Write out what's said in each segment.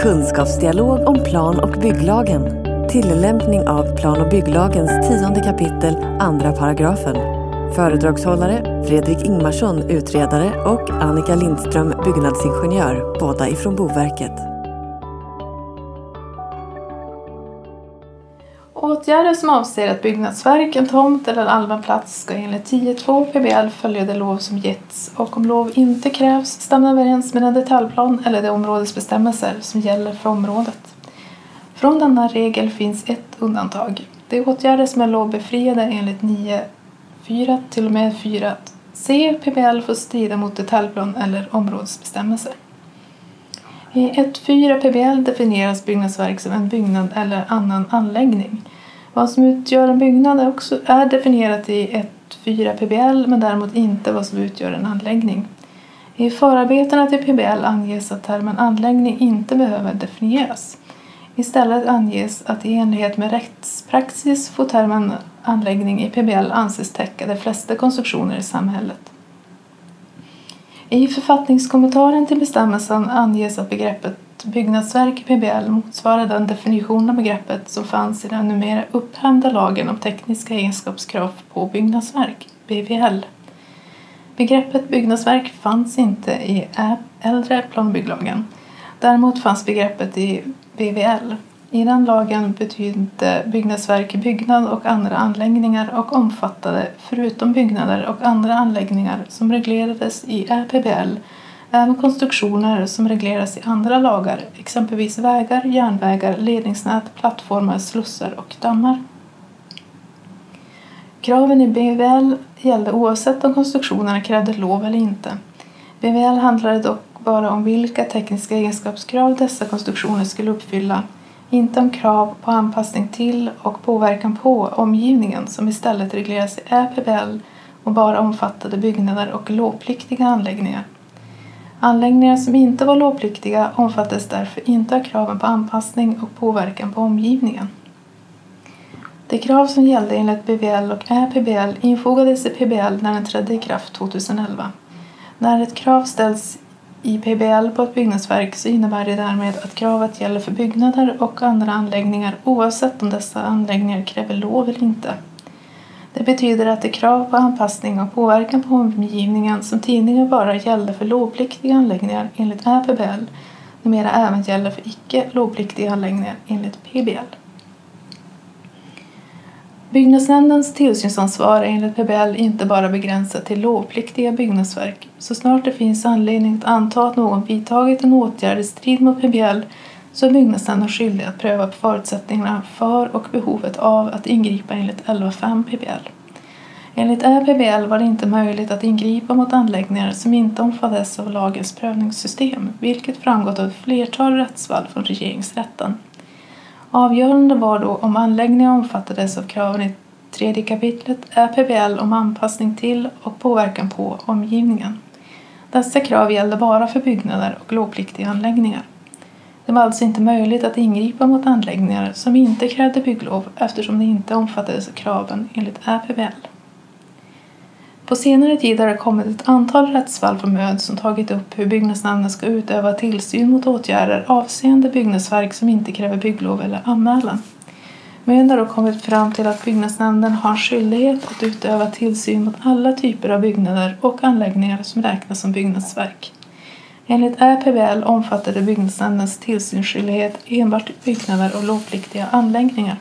Kunskapsdialog om plan- och bygglagen. Tillämpning av plan- och bygglagens 10:e kapitel, 2:a paragrafen. Föredragshållare Fredrik Ingmarsson, utredare, och Annika Lindström, byggnadsingenjör, båda ifrån Boverket. Åtgärder som avser att byggnadsverk, en tomt eller allmän plats ska enligt 10.2 PBL följa det lov som getts, och om lov inte krävs stämma överens med den detaljplan eller de områdesbestämmelser som gäller för området. Från denna regel finns ett undantag. Det är åtgärder som är lovbefriade enligt 9.4 till och med 4c PBL får strida mot detaljplan eller områdesbestämmelser. I 1.4 PBL definieras byggnadsverk som en byggnad eller annan anläggning. Vad som utgör en byggnad är definierat i 1.4 PBL, men däremot inte vad som utgör en anläggning. I förarbetena till PBL anges att termen anläggning inte behöver definieras. Istället anges att i enlighet med rättspraxis får termen anläggning i PBL anses täcka de flesta konstruktioner i samhället. I författningskommentaren till bestämmelsen anges att begreppet byggnadsverk i PBL motsvarar den definition av begreppet som fanns i den numera upphävda lagen om tekniska egenskapskrav på byggnadsverk, BVL. Begreppet byggnadsverk fanns inte i äldre plan- och bygglagen. Däremot fanns begreppet i BVL. I den lagen betydde byggnadsverk byggnad och andra anläggningar och omfattade, förutom byggnader och andra anläggningar som reglerades i PBL, även konstruktioner som regleras i andra lagar, exempelvis vägar, järnvägar, ledningsnät, plattformar, slussar och dammar. Kraven i BVL gällde oavsett om konstruktionerna krävde lov eller inte. BVL handlade dock bara om vilka tekniska egenskapskrav dessa konstruktioner skulle uppfylla, inte om krav på anpassning till och påverkan på omgivningen som istället regleras i PBL och bara omfattade byggnader och lovpliktiga anläggningar. Anläggningar som inte var lovpliktiga omfattades därför inte av kraven på anpassning och påverkan på omgivningen. De krav som gällde enligt BVL och PBL infogades i PBL när den trädde i kraft 2011. När ett krav ställs i PBL på ett byggnadsverk så innebär det därmed att kravet gäller för byggnader och andra anläggningar oavsett om dessa anläggningar kräver lov eller inte. Det betyder att det krav på anpassning och påverkan på omgivningen som tidigare bara gällde för lovpliktiga anläggningar enligt PBL numera även gäller för icke lovpliktiga anläggningar enligt PBL. Byggnadsnämndens tillsynsansvar är enligt PBL inte bara begränsat till lovpliktiga byggnadsverk. Så snart det finns anledning att anta att någon vidtagit en åtgärd i strid mot PBL så är byggnadsnämnden skyldig att pröva förutsättningarna för och behovet av att ingripa enligt 11.5 PBL. Enligt PBL var det inte möjligt att ingripa mot anläggningar som inte omfattades av lagens prövningssystem, vilket framgått av ett flertal rättsfall från regeringsrätten. Avgörande var då om anläggningar omfattades av kraven i 3 kapitlet PBL om anpassning till och påverkan på omgivningen. Dessa krav gällde bara för byggnader och lovpliktiga anläggningar. Det var alltså inte möjligt att ingripa mot anläggningar som inte krävde bygglov eftersom det inte omfattades av kraven enligt PBL. På senare tid har det kommit ett antal rättsfall från MÖD som tagit upp hur byggnadsnämnden ska utöva tillsyn mot åtgärder avseende byggnadsverk som inte kräver bygglov eller anmälan. MÖD har då kommit fram till att byggnadsnämnden har skyldighet att utöva tillsyn mot alla typer av byggnader och anläggningar som räknas som byggnadsverk. Enligt PBL omfattade byggnadsnämndens tillsynsskyldighet enbart byggnader och lovpliktiga anläggningar.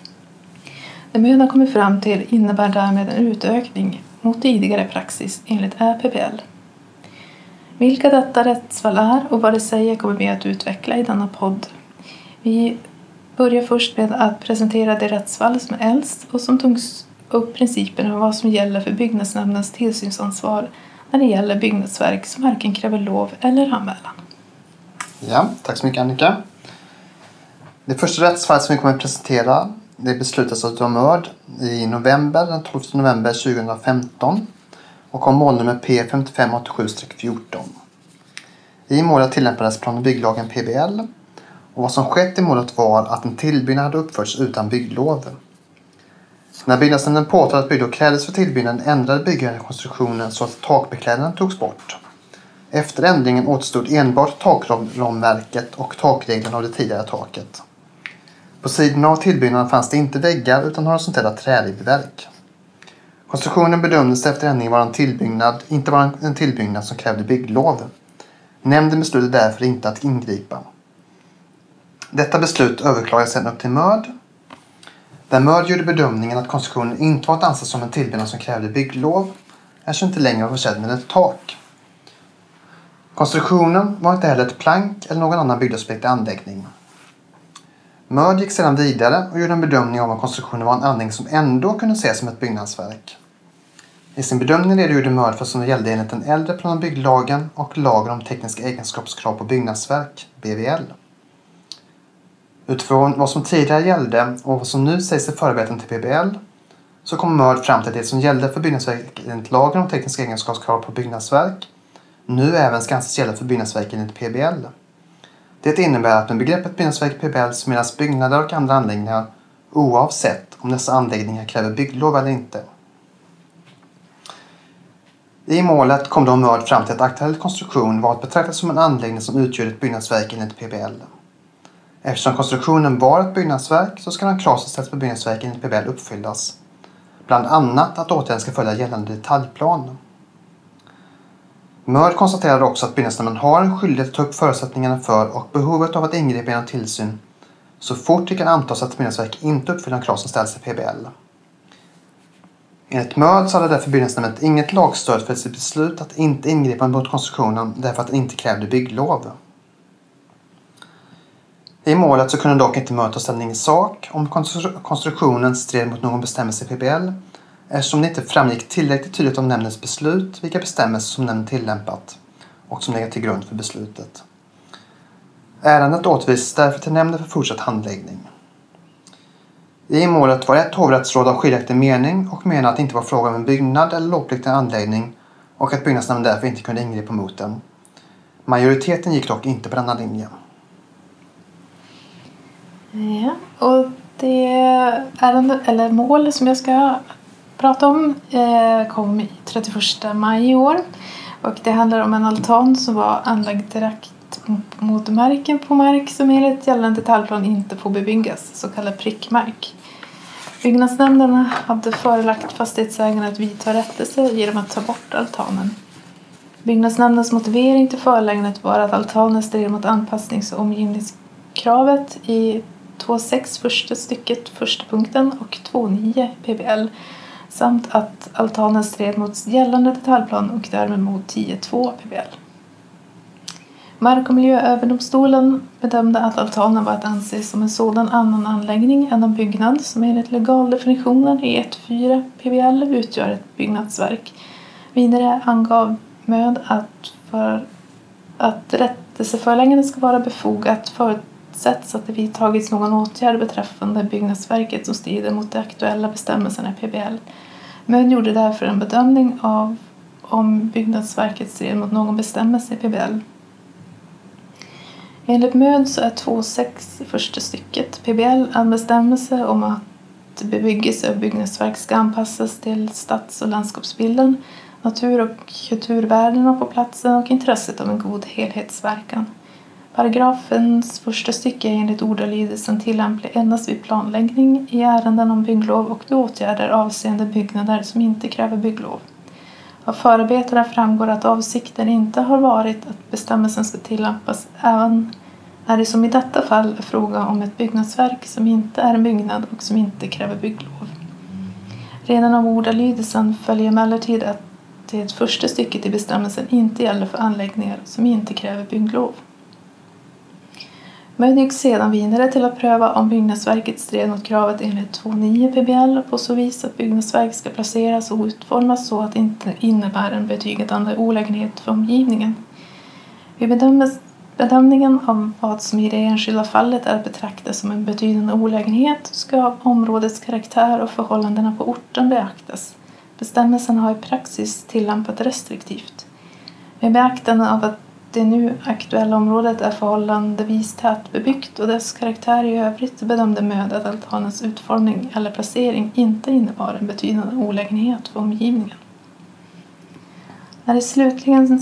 Det MÖD har kommit fram till innebär därmed en utökning mot tidigare praxis enligt PBL. Vilka detta rättsfall är och vad det säger kommer vi att utveckla i denna podd. Vi börjar först med att presentera det rättsfall som är äldst och som togs upp principen om vad som gäller för byggnadsnämndens tillsynsansvar när det gäller byggnadsverk som varken kräver lov eller anmälan. Ja, tack så mycket Annika. Det första rättsfall som vi kommer att presentera det beslutas av MÖD i november, den 12 november 2015 och har målnummer P5587-14. I målet tillämpades plan- och bygglagen PBL och vad som skett i målet var att en tillbyggnad hade uppförts utan bygglov. När byggnadsnämnden påtalade att bygglov krävdes för tillbyggnaden ändrade byggherren konstruktionen så att takbeklädnaden togs bort. Efter ändringen återstod enbart takramverket och takreglerna av det tidigare taket. På sidorna av tillbyggnaden fanns det inte väggar utan horisontella träribbverk. Konstruktionen bedömdes efter ändringen vara inte vara en tillbyggnad som krävde bygglov. Nämnden beslutade därför inte att ingripa. Detta beslut överklagades sedan upp till MÖD. Där MÖD gjorde bedömningen att konstruktionen inte var att anses som en tillbyggnad som krävde bygglov, eftersom inte längre var försedd med ett tak. Konstruktionen var inte heller ett plank eller någon annan byggnadspliktig anläggning. MÖD gick sedan vidare och gjorde en bedömning av att konstruktionen var en anläggning som ändå kunde ses som ett byggnadsverk. I sin bedömning redogjorde MÖD för som gällde enligt den äldre plan- och bygglagen och lagen om tekniska egenskapskrav på byggnadsverk, BVL. Utifrån vad som tidigare gällde och vad som nu sägs i förarbeten till PBL så kom MÖD fram till att det som gällde för byggnadsverk enligt lagen om tekniska egenskapskrav på byggnadsverk nu även ska anses gälla för byggnadsverk enligt PBL. Det innebär att med begreppet byggnadsverk i PBL så menas byggnader och andra anläggningar oavsett om dessa anläggningar kräver bygglov eller inte. I målet kom då MÖD fram till att aktuell konstruktion var att betrakta som en anläggning som utgör ett byggnadsverk enligt PBL. Eftersom konstruktionen var ett byggnadsverk så ska de krav som ställs på byggnadsverk enligt PBL uppfyllas. Bland annat att åtgärden ska följa gällande detaljplan. MÖD konstaterade också att byggnadsnämnden har en skyldighet att ta upp förutsättningarna för och behovet av att ingripa genom tillsyn så fort det kan antas att byggnadsverk inte uppfyller de krav som ställs i PBL. Enligt MÖD så hade därför byggnadsnämnden inget lagstöd för sitt beslut att inte ingripa mot konstruktionen därför att den inte krävde bygglov. I målet så kunde dock inte MÖD ta ställning i sak om konstruktionen stred mot någon bestämmelse i PBL eftersom det inte framgick tillräckligt tydligt om nämndens beslut vilka bestämmelser som nämnden tillämpat och som legat till grund för beslutet. Ärendet återvisades därför till nämnden för fortsatt handläggning. I målet var ett hovrättsråd av skiljaktig mening och menade att det inte var fråga om en byggnad eller lovpliktig anläggning och att byggnadsnämnden därför inte kunde ingripa mot den. Majoriteten gick dock inte på denna linje. Ja, och det ärende eller mål som jag ska prata om kom i 31 maj i år. Och det handlar om en altan som var anlagd direkt mot marken på mark som enligt gällande detaljplan inte får bebyggas, så kallad prickmark. Byggnadsnämnderna hade förelagt fastighetsägarna att vidta rättelse genom att ta bort altanen. Byggnadsnämndens motivering till föreläggandet var att altanen stred mot anpassnings- och omgivningskravet i 2.6 första stycket första punkten och 2.9 PBL samt att altanen stred mot gällande detaljplan och därmed mot 10.2 PBL. Mark- och miljööverdomstolen bedömde att altanen var att anse som en sådan annan anläggning än en byggnad som enligt legaldefinitionen i 1.4 PBL utgör ett byggnadsverk. Vidare angav MÖD att för att rättelseföreläggande ska vara befogat förutsätts att det vidtagits någon åtgärd beträffande byggnadsverket som strider mot de aktuella bestämmelserna i PBL. MÖD gjorde därför en bedömning av om byggnadsverket stred mot någon bestämmelse i PBL. Enligt MÖD så är 2.6 första stycket PBL en bestämmelse om att bebyggelse och byggnadsverk ska anpassas till stads- och landskapsbilden, natur- och kulturvärdena på platsen och intresset av en god helhetsverkan. Paragrafens första stycke är enligt ordalydelsen tillämplig endast vid planläggning i ärenden om bygglov och de åtgärder avseende byggnader som inte kräver bygglov. Av förarbetena framgår att avsikten inte har varit att bestämmelsen ska tillämpas även när det som i detta fall är fråga om ett byggnadsverk som inte är en byggnad och som inte kräver bygglov. Redan av ordalydelsen följer emellertid att det första stycket i bestämmelsen inte gäller för anläggningar som inte kräver bygglov. MÖD gick sedan vidare till att pröva om byggnadsverket stred mot kravet enligt 2.9 PBL på så vis att byggnadsverk ska placeras och utformas så att det inte innebär en betydande olägenhet för omgivningen. Vid bedömningen av vad som i det enskilda fallet är att betrakta som en betydande olägenhet ska områdets karaktär och förhållandena på orten beaktas. Bestämmelsen har i praxis tillämpat restriktivt. Med beaktande av att det nu aktuella området är förhållandevis tätbebyggt och dess karaktär i övrigt bedömde MÖD att altanens utformning eller placering inte innebar en betydande olägenhet för omgivningen. När det slutligen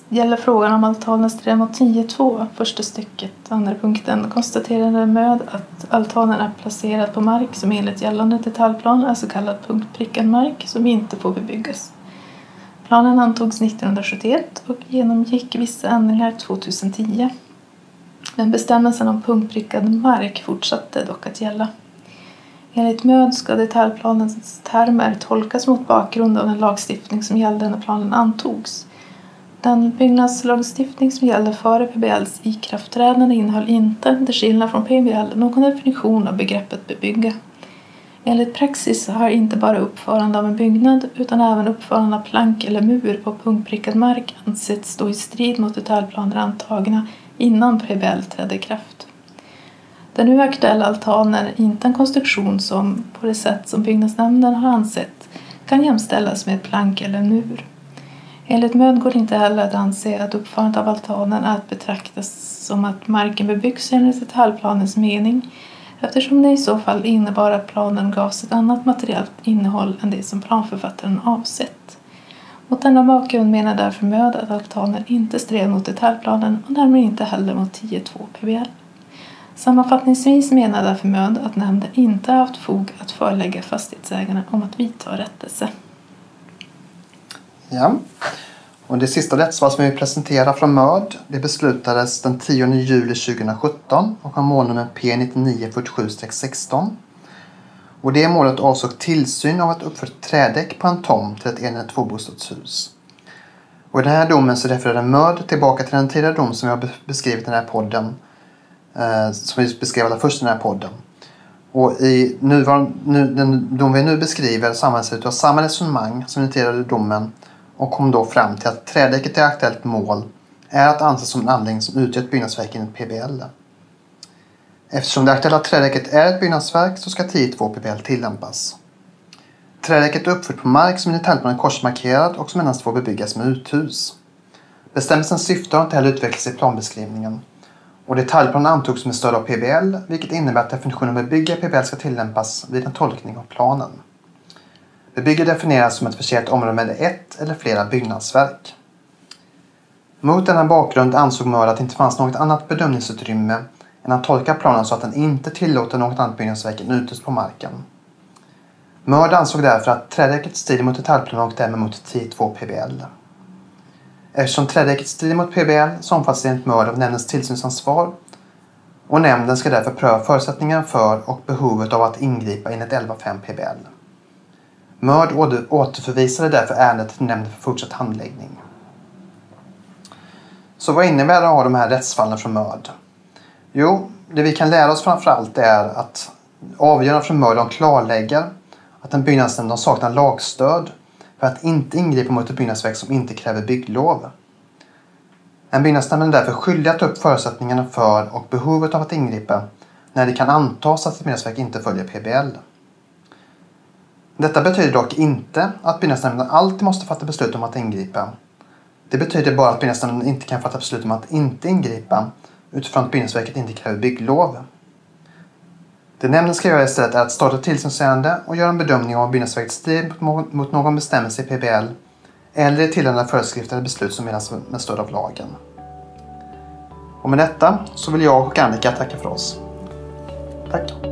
gäller frågan om altanen stred mot 10.2, första stycket, andra punkten, konstaterade MÖD att altanen är placerad på mark som enligt gällande detaljplan är så kallad punktprickad mark som inte får bebyggas. Planen antogs 1971 och genomgick vissa ändringar 2010. Men bestämmelsen om punktprickad mark fortsatte dock att gälla. Enligt MÖD ska detaljplanens termer tolkas mot bakgrund av den lagstiftning som gällde när planen antogs. Den byggnadslagstiftning som gällde före PBLs ikraftträdande innehöll inte, till skillnad från PBL, någon definition av begreppet bebygga. Enligt praxis har inte bara uppförande av en byggnad utan även uppförande av plank eller mur på punktprickad mark ansetts stå i strid mot detaljplaner antagna innan PBL trädde i kraft. Den nu aktuella altanen är inte en konstruktion som, på det sätt som byggnadsnämnden har ansett, kan jämställas med ett plank eller en mur. Enligt MÖD går det inte heller att anse att uppförandet av altanen är att betraktas som att marken bebyggs enligt detaljplanens mening, eftersom det i så fall innebar att planen gavs ett annat materiellt innehåll än det som planförfattaren avsett. Mot denna bakgrund menar därför MÖD att altanen inte stred mot detaljplanen och därmed inte heller mot 10.2 PBL. Sammanfattningsvis menar därför MÖD att nämnden inte har haft fog att förelägga fastighetsägarna om att vidta rättelse. Ja, och det sista rättsfall som vi presenterar från MÖD, det beslutades den 10 juli 2017 och har målnummer P9947-16. Och det målet avsåg tillsyn av ett uppfört trädäck på en tomt till ett en- eller tvåbostadshus. Och i den här domen så refererar MÖD tillbaka till den tidigare dom som vi har beskrivit i den här podden, som vi beskrev allra först i den här podden. Och i den dom vi nu beskriver sammanhänger sig av samma resonemang som noterade domen och kom då fram till att trädäcket i aktuellt mål är att anse som en anläggning som utgör ett byggnadsverk enligt PBL. Eftersom det aktuella trädäcket är ett byggnadsverk så ska 10.2 PBL tillämpas. Trädäcket är uppfört på mark som i detaljplanen är korsmarkerad och som endast får bebyggas med uthus. Bestämmelsen syftar har inte heller utvecklats i planbeskrivningen. Och detaljplanen antogs med stöd av PBL, vilket innebär att definitionen bebygga i PBL ska tillämpas vid en tolkning av planen. Bebygga definieras som ett försett område med ett eller flera byggnadsverk. Mot denna bakgrund ansåg MÖD att det inte fanns något annat bedömningsutrymme än att tolka planen så att den inte tillåter något annat byggnadsverk än uthus på marken. MÖD ansåg därför att trädäcket strider mot detaljplanen och därmed mot 10.2 PBL. Eftersom trädäcket strider mot PBL så omfattas enligt MÖD av nämndens tillsynsansvar och nämnden ska därför pröva förutsättningarna för och behovet av att ingripa enligt 11.5 PBL. MÖD återförvisade därför ärendet till nämnden för fortsatt handläggning. Så vad innebär det att ha de här rättsfallen från MÖD? Jo, det vi kan lära oss framförallt är att avgörande från MÖD klarlägger att en byggnadsnämnd saknar lagstöd för att inte ingripa mot ett byggnadsverk som inte kräver bygglov. En byggnadsnämnd är därför skyldig att ta upp förutsättningarna för och behovet av att ingripa när det kan antas att ett byggnadsverk inte följer PBL. Detta betyder dock inte att byggnadsnämnden alltid måste fatta beslut om att ingripa. Det betyder bara att byggnadsnämnden inte kan fatta beslut om att inte ingripa utifrån att byggnadsverket inte kräver bygglov. Det nämnden ska göra istället är att starta tillsynsärende och göra en bedömning av om byggnadsverket strider mot någon bestämmelse i PBL eller i tillämpande föreskrifter eller beslut som menas med stöd av lagen. Och med detta så vill jag och Annika tacka för oss. Tack!